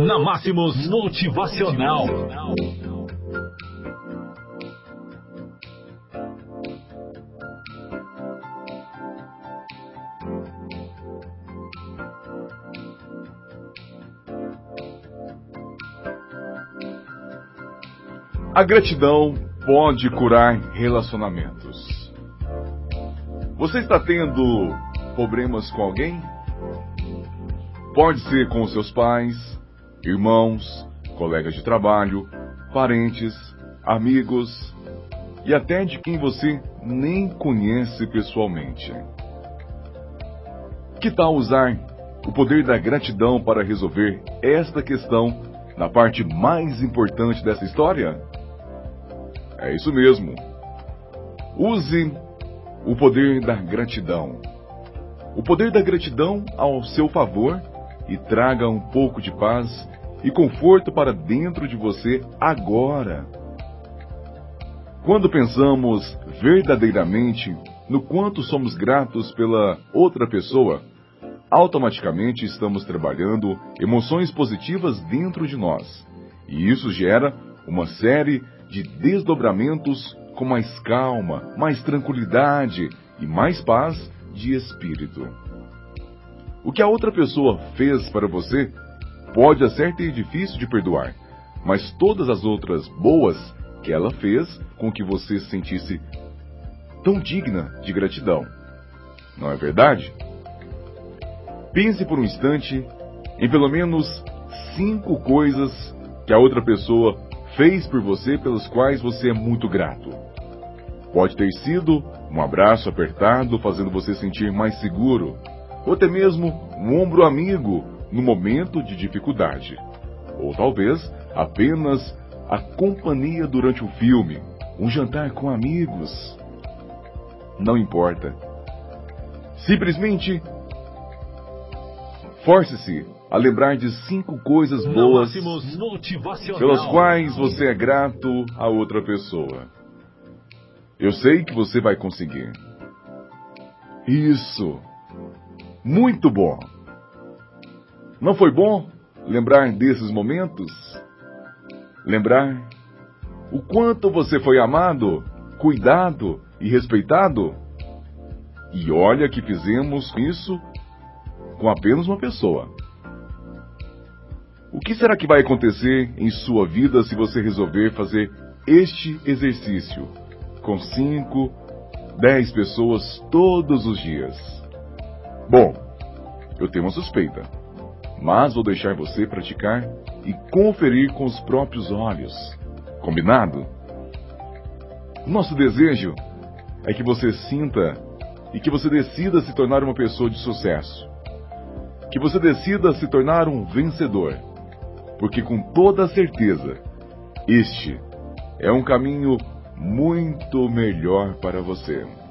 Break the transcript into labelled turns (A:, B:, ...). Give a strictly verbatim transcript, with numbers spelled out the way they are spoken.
A: na Máximos Motivacional.
B: A gratidão pode curar relacionamentos. Você está tendo problemas com alguém? Pode ser com seus pais, irmãos, colegas de trabalho, parentes, amigos e até de quem você nem conhece pessoalmente. Que tal usar o poder da gratidão para resolver esta questão na parte mais importante dessa história? É isso mesmo. Use o poder da gratidão. O poder da gratidão ao seu favor e traga um pouco de paz e conforto para dentro de você agora. Quando pensamos verdadeiramente no quanto somos gratos pela outra pessoa, automaticamente estamos trabalhando emoções positivas dentro de nós. E isso gera uma série de desdobramentos com mais calma, mais tranquilidade e mais paz de espírito. O que a outra pessoa fez para você pode ser difícil de perdoar, mas todas as outras boas que ela fez com que você se sentisse tão digna de gratidão. Não é verdade? Pense por um instante em pelo menos cinco coisas que a outra pessoa fez por você pelas quais você é muito grato. Pode ter sido um abraço apertado fazendo você sentir mais seguro, ou até mesmo um ombro amigo no momento de dificuldade. Ou talvez apenas a companhia durante um filme, um jantar com amigos. Não importa. Simplesmente force-se a lembrar de cinco coisas boas pelas quais você é grato a outra pessoa. Eu sei que você vai conseguir. Isso! Muito bom! Não foi bom lembrar desses momentos? Lembrar o quanto você foi amado, cuidado e respeitado? E olha que fizemos isso com apenas uma pessoa. O que será que vai acontecer em sua vida se você resolver fazer este exercício com cinco, dez pessoas todos os dias? Bom, eu tenho uma suspeita, mas vou deixar você praticar e conferir com os próprios olhos. Combinado? Nosso desejo é que você sinta e que você decida se tornar uma pessoa de sucesso. Que você decida se tornar um vencedor. Porque com toda certeza, este é um caminho muito melhor para você.